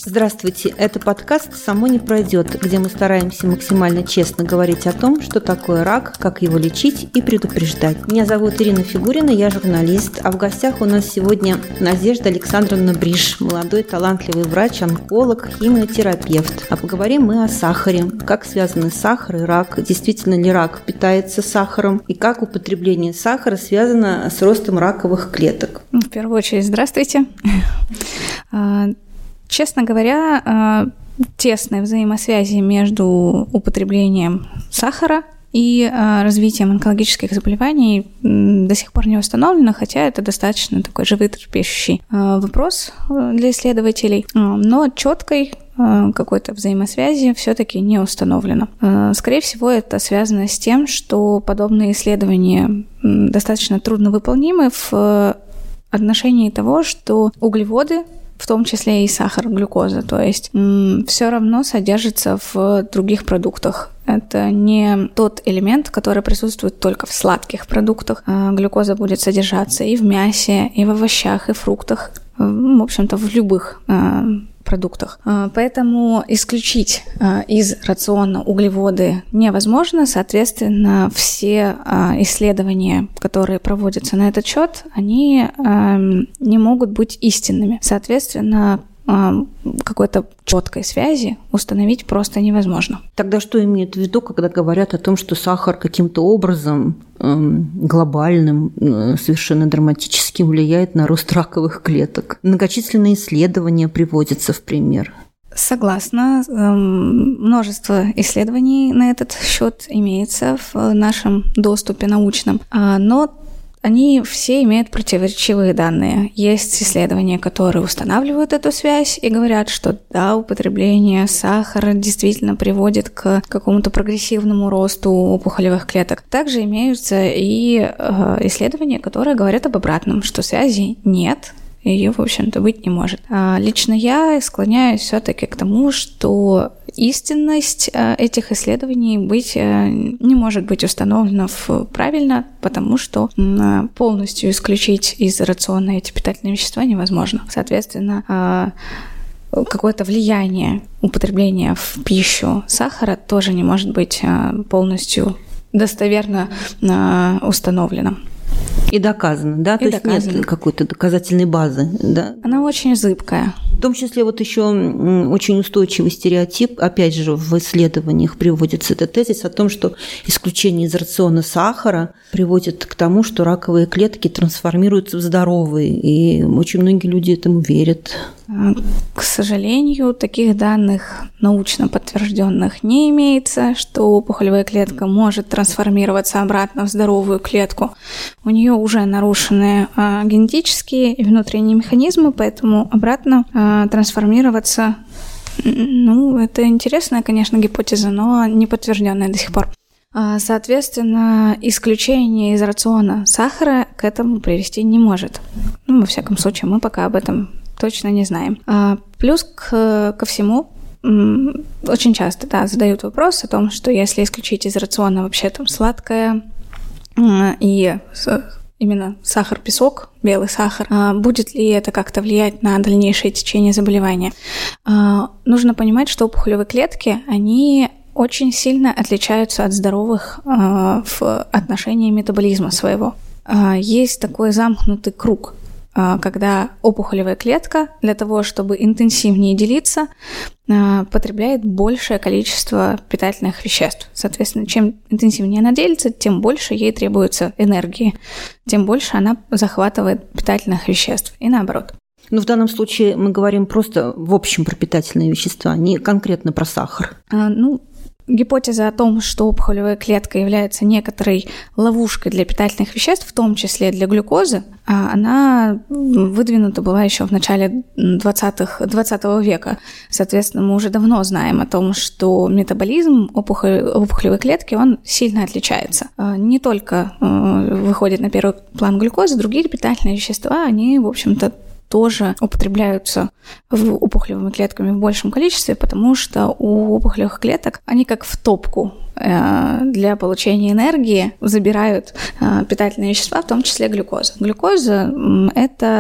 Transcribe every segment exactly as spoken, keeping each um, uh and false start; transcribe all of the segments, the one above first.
Здравствуйте, это подкаст «Само не пройдет», где мы стараемся максимально честно говорить о том, что такое рак, как его лечить и предупреждать. Меня зовут Ирина Фигурина, я журналист, а в гостях у нас сегодня Надежда Александровна Бриш, молодой талантливый врач, онколог, химиотерапевт. А поговорим мы о сахаре, как связаны сахар и рак, действительно ли рак питается сахаром и как употребление сахара связано с ростом раковых клеток. В первую очередь, здравствуйте. Честно говоря, тесной взаимосвязи между употреблением сахара и развитием онкологических заболеваний до сих пор не установлено, хотя это достаточно такой животрепещущий вопрос для исследователей, но четкой какой-то взаимосвязи все-таки не установлено. Скорее всего, это связано с тем, что подобные исследования достаточно трудновыполнимы в отношении того, что углеводы, в том числе и сахар, глюкоза, то есть м, все равно содержится в других продуктах. Это не тот элемент, который присутствует только в сладких продуктах. А глюкоза будет содержаться и в мясе, и в овощах, и в фруктах, в общем-то, в любых а, продуктах. Поэтому исключить из рациона углеводы невозможно. Соответственно, все исследования, которые проводятся на этот счет, они не могут быть истинными. Соответственно, какой-то четкой связи установить просто невозможно. Тогда что имеют в виду, когда говорят о том, что сахар каким-то образом глобальным, совершенно драматическим влияет на рост раковых клеток? Многочисленные исследования приводятся в пример. Согласна. Множество исследований на этот счет имеется в нашем доступе научном, но они все имеют противоречивые данные. Есть исследования, которые устанавливают эту связь и говорят, что да, употребление сахара действительно приводит к какому-то прогрессивному росту опухолевых клеток. Также имеются и э, исследования, которые говорят об обратном, что связи нет, ее, в общем-то, быть не может. А лично я склоняюсь все-таки к тому, что истинность этих исследований быть не может быть установлена правильно, потому что полностью исключить из рациона эти питательные вещества невозможно. Соответственно, какое-то влияние употребления в пищу сахара тоже не может быть полностью достоверно установлено. И доказано, да? И То доказано. есть нет какой-то доказательной базы, да? Она очень зыбкая. В том числе вот еще очень устойчивый стереотип, опять же, в исследованиях приводится этот тезис о том, что исключение из рациона сахара приводит к тому, что раковые клетки трансформируются в здоровые, и очень многие люди этому верят. К сожалению, таких данных научно подтвержденных не имеется, что опухолевая клетка может трансформироваться обратно в здоровую клетку. У нее уже нарушены а, генетические и внутренние механизмы, поэтому обратно а, трансформироваться, ну, это интересная, конечно, гипотеза, но не подтвержденная до сих пор. А, соответственно, исключение из рациона сахара к этому привести не может. Ну, во всяком случае, мы пока об этом точно не знаем. А, плюс к, ко всему, м, очень часто да, задают вопрос о том, что если исключить из рациона вообще там сладкое м, и с, именно сахар-песок, белый сахар, а, будет ли это как-то влиять на дальнейшее течение заболевания? А, нужно понимать, что опухолевые клетки, они очень сильно отличаются от здоровых а, в отношении метаболизма своего. А, есть такой замкнутый круг, когда опухолевая клетка для того, чтобы интенсивнее делиться, потребляет большее количество питательных веществ. Соответственно, чем интенсивнее она делится, тем больше ей требуется энергии, тем больше она захватывает питательных веществ. И наоборот. Но в данном случае мы говорим просто в общем про питательные вещества, не конкретно про сахар. А, ну, гипотеза о том, что опухолевая клетка является некоторой ловушкой для питательных веществ, в том числе для глюкозы, она выдвинута была еще в начале двадцатого века. Соответственно, мы уже давно знаем о том, что метаболизм опухолевой клетки, он сильно отличается. Не только выходит на первый план глюкоза, другие питательные вещества, они, в общем-то, тоже употребляются опухолевыми клетками в большем количестве, потому что у опухолевых клеток они как в топку для получения энергии забирают питательные вещества, в том числе глюкозу. Глюкоза – это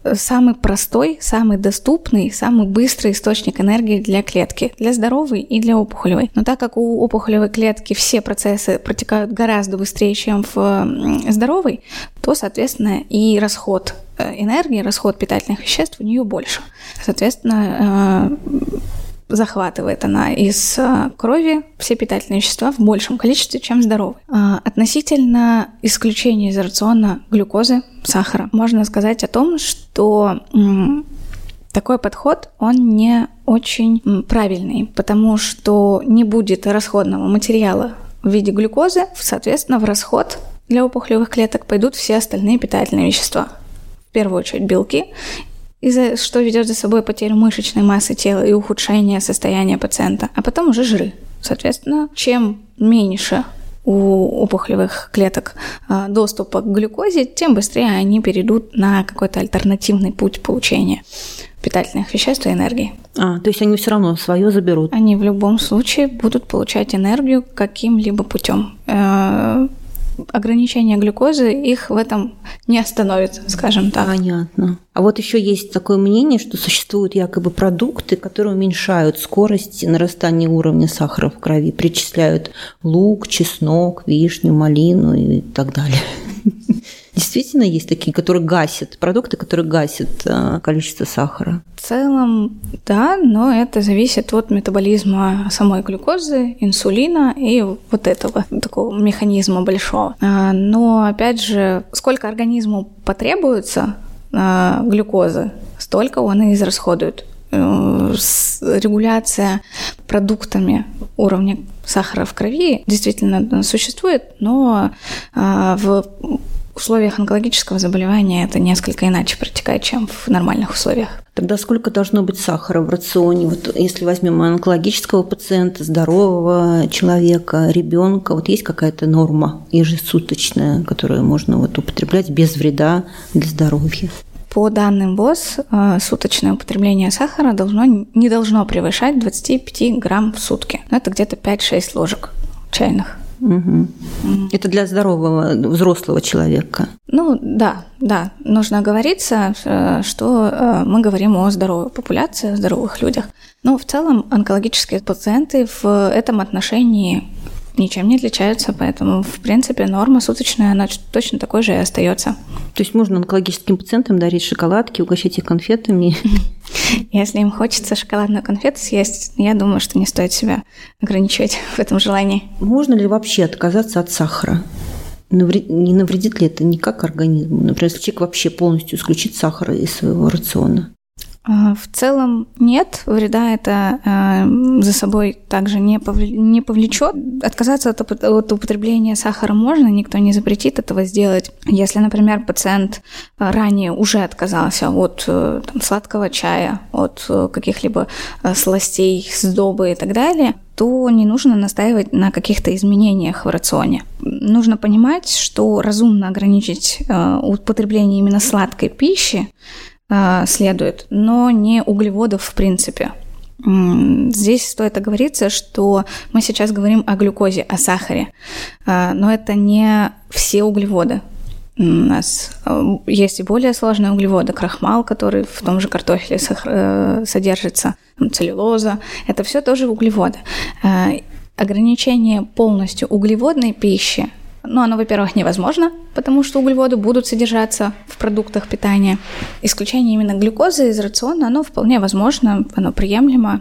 самый простой, самый доступный, самый быстрый источник энергии для клетки, для здоровой и для опухолевой. Но так как у опухолевой клетки все процессы протекают гораздо быстрее, чем в здоровой, то, соответственно, и расход энергии, расход питательных веществ у нее больше. Соответственно, захватывает она из крови все питательные вещества в большем количестве, чем здоровые. Относительно исключения из рациона глюкозы, сахара, можно сказать о том, что такой подход, он не очень правильный, потому что не будет расходного материала в виде глюкозы, соответственно, в расход для опухолевых клеток пойдут все остальные питательные вещества. В первую очередь белки, из-за что ведет за собой потерю мышечной массы тела и ухудшение состояния пациента, а потом уже жиры. Соответственно, чем меньше у опухолевых клеток доступа к глюкозе, тем быстрее они перейдут на какой-то альтернативный путь получения питательных веществ и энергии. А, то есть они все равно свое заберут? Они в любом случае будут получать энергию каким-либо путем. Ограничение глюкозы их в этом не остановит, скажем так. Понятно. А вот еще есть такое мнение, что существуют якобы продукты, которые уменьшают скорость нарастания уровня сахара в крови, причисляют лук, чеснок, вишню, малину и так далее. Действительно есть такие, которые гасят, продукты, которые гасят количество сахара? В целом, да, но это зависит от метаболизма самой глюкозы, инсулина и вот этого такого механизма большого. Но, опять же, сколько организму потребуется глюкозы, столько он и израсходует. Регуляция продуктами уровня сахара в крови действительно существует, но в В условиях онкологического заболевания это несколько иначе протекает, чем в нормальных условиях. Тогда сколько должно быть сахара в рационе? Вот если возьмем онкологического пациента, здорового человека, ребенка, вот есть какая-то норма ежесуточная, которую можно вот употреблять без вреда для здоровья? По данным ВОЗ, суточное употребление сахара должно, не должно превышать двадцать пять грамм в сутки. Это где-то пять-шесть ложек чайных. Угу. Это для здорового взрослого человека. Ну да, да. Нужно оговориться, что мы говорим о здоровой популяции, о здоровых людях. Но в целом онкологические пациенты в этом отношении ничем не отличаются, поэтому, в принципе, норма суточная, она точно такой же и остается. То есть можно онкологическим пациентам дарить шоколадки, угощать их конфетами? Если им хочется шоколадную конфету съесть, я думаю, что не стоит себя ограничивать в этом желании. Можно ли вообще отказаться от сахара? Не навредит ли это никак организму? Например, если человек вообще полностью исключит сахар из своего рациона? В целом нет, вреда это э, за собой также не, повле- не повлечет. Отказаться от, от употребления сахара можно, никто не запретит этого сделать. Если, например, пациент ранее уже отказался от э, там, сладкого чая, от э, каких-либо э, сластей, сдобы и так далее, то не нужно настаивать на каких-то изменениях в рационе. Нужно понимать, что разумно ограничить э, употребление именно сладкой пищи следует, но не углеводов в принципе. Здесь стоит оговориться, что мы сейчас говорим о глюкозе, о сахаре, но это не все углеводы. У нас есть и более сложные углеводы, крахмал, который в том же картофеле содержится, целлюлоза, это все тоже углеводы. Ограничение полностью углеводной пищи, ну, оно, во-первых, невозможно, потому что углеводы будут содержаться в продуктах питания. Исключение именно глюкозы из рациона, оно вполне возможно, оно приемлемо.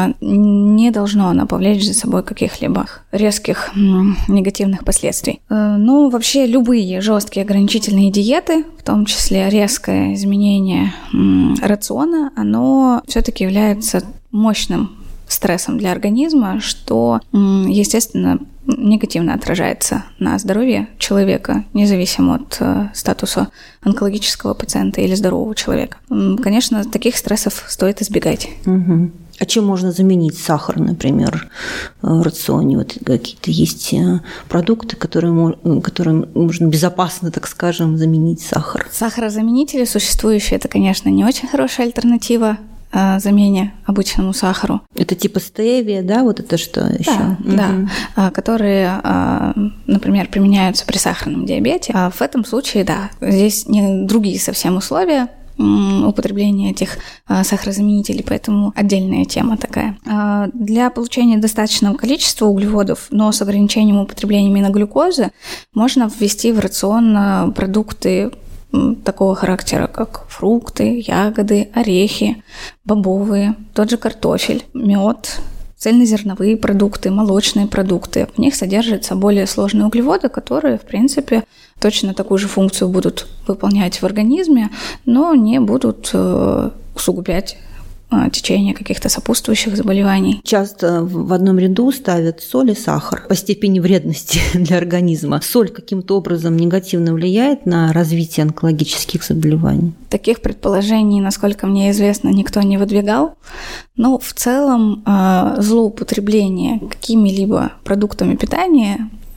Не должно оно повлечь за собой каких-либо резких негативных последствий. Ну, вообще, любые жесткие ограничительные диеты, в том числе резкое изменение рациона, оно все-таки является мощным стрессом для организма, что, естественно, негативно отражается на здоровье человека, независимо от э, статуса онкологического пациента или здорового человека. Конечно, таких стрессов стоит избегать. Угу. А чем можно заменить сахар, например, в рационе? Вот какие-то есть продукты, которые, которые можно безопасно, так скажем, заменить сахар. Сахарозаменители существующие, это, конечно, не очень хорошая альтернатива замене обычному сахару. Это типа стевия, да, вот это что еще? Да, угу. да, которые, например, применяются при сахарном диабете. А в этом случае, да, здесь не другие совсем условия. употребления этих сахарозаменителей, поэтому отдельная тема такая. Для получения достаточного количества углеводов, но с ограничением употребления именно глюкозы, можно ввести в рацион продукты такого характера, как фрукты, ягоды, орехи, бобовые, тот же картофель, мед, цельнозерновые продукты, молочные продукты. В них содержатся более сложные углеводы, которые, в принципе, точно такую же функцию будут выполнять в организме, но не будут усугублять течение каких-то сопутствующих заболеваний. Часто в одном ряду ставят соль и сахар по степени вредности для организма. Соль каким-то образом негативно влияет на развитие онкологических заболеваний? Таких предположений, насколько мне известно, никто не выдвигал. Но в целом злоупотребление какими-либо продуктами питания –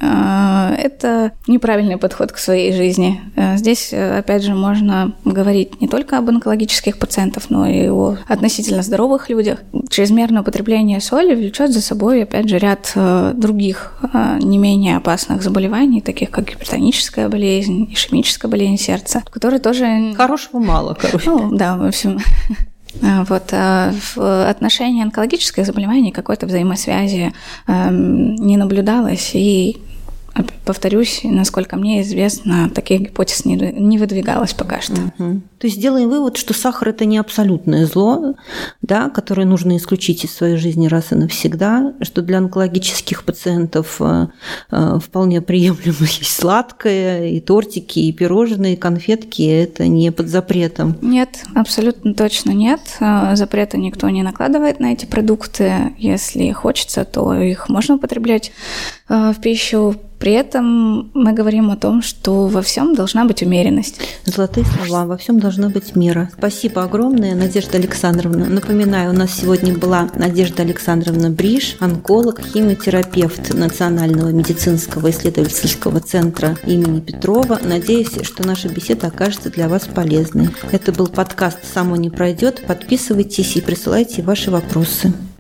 это неправильный подход к своей жизни. Здесь, опять же, можно говорить не только об онкологических пациентах, но и о относительно здоровых людях. Чрезмерное употребление соли влечет за собой, опять же, ряд других не менее опасных заболеваний, таких как гипертоническая болезнь, ишемическая болезнь сердца, которые тоже... Хорошего мало, короче. Ну, да, в общем... Вот, в отношении онкологических заболеваний какой-то взаимосвязи не наблюдалось, и, повторюсь, насколько мне известно, таких гипотез не, не выдвигалось пока что. Угу. То есть делаем вывод, что сахар – это не абсолютное зло, да, которое нужно исключить из своей жизни раз и навсегда, что для онкологических пациентов вполне приемлемо есть сладкое, и тортики, и пирожные, и конфетки – это не под запретом. Нет, абсолютно точно нет. Запрета никто не накладывает на эти продукты. Если хочется, то их можно употреблять в пищу. При этом мы говорим о том, что во всем должна быть умеренность. Золотые слова. Во всем должна быть мера. Спасибо огромное, Надежда Александровна. Напоминаю, у нас сегодня была Надежда Александровна Бриш, онколог, химиотерапевт Национального медицинского исследовательского центра имени Петрова. Надеюсь, что наша беседа окажется для вас полезной. Это был подкаст «Само не пройдет». Подписывайтесь и присылайте ваши вопросы.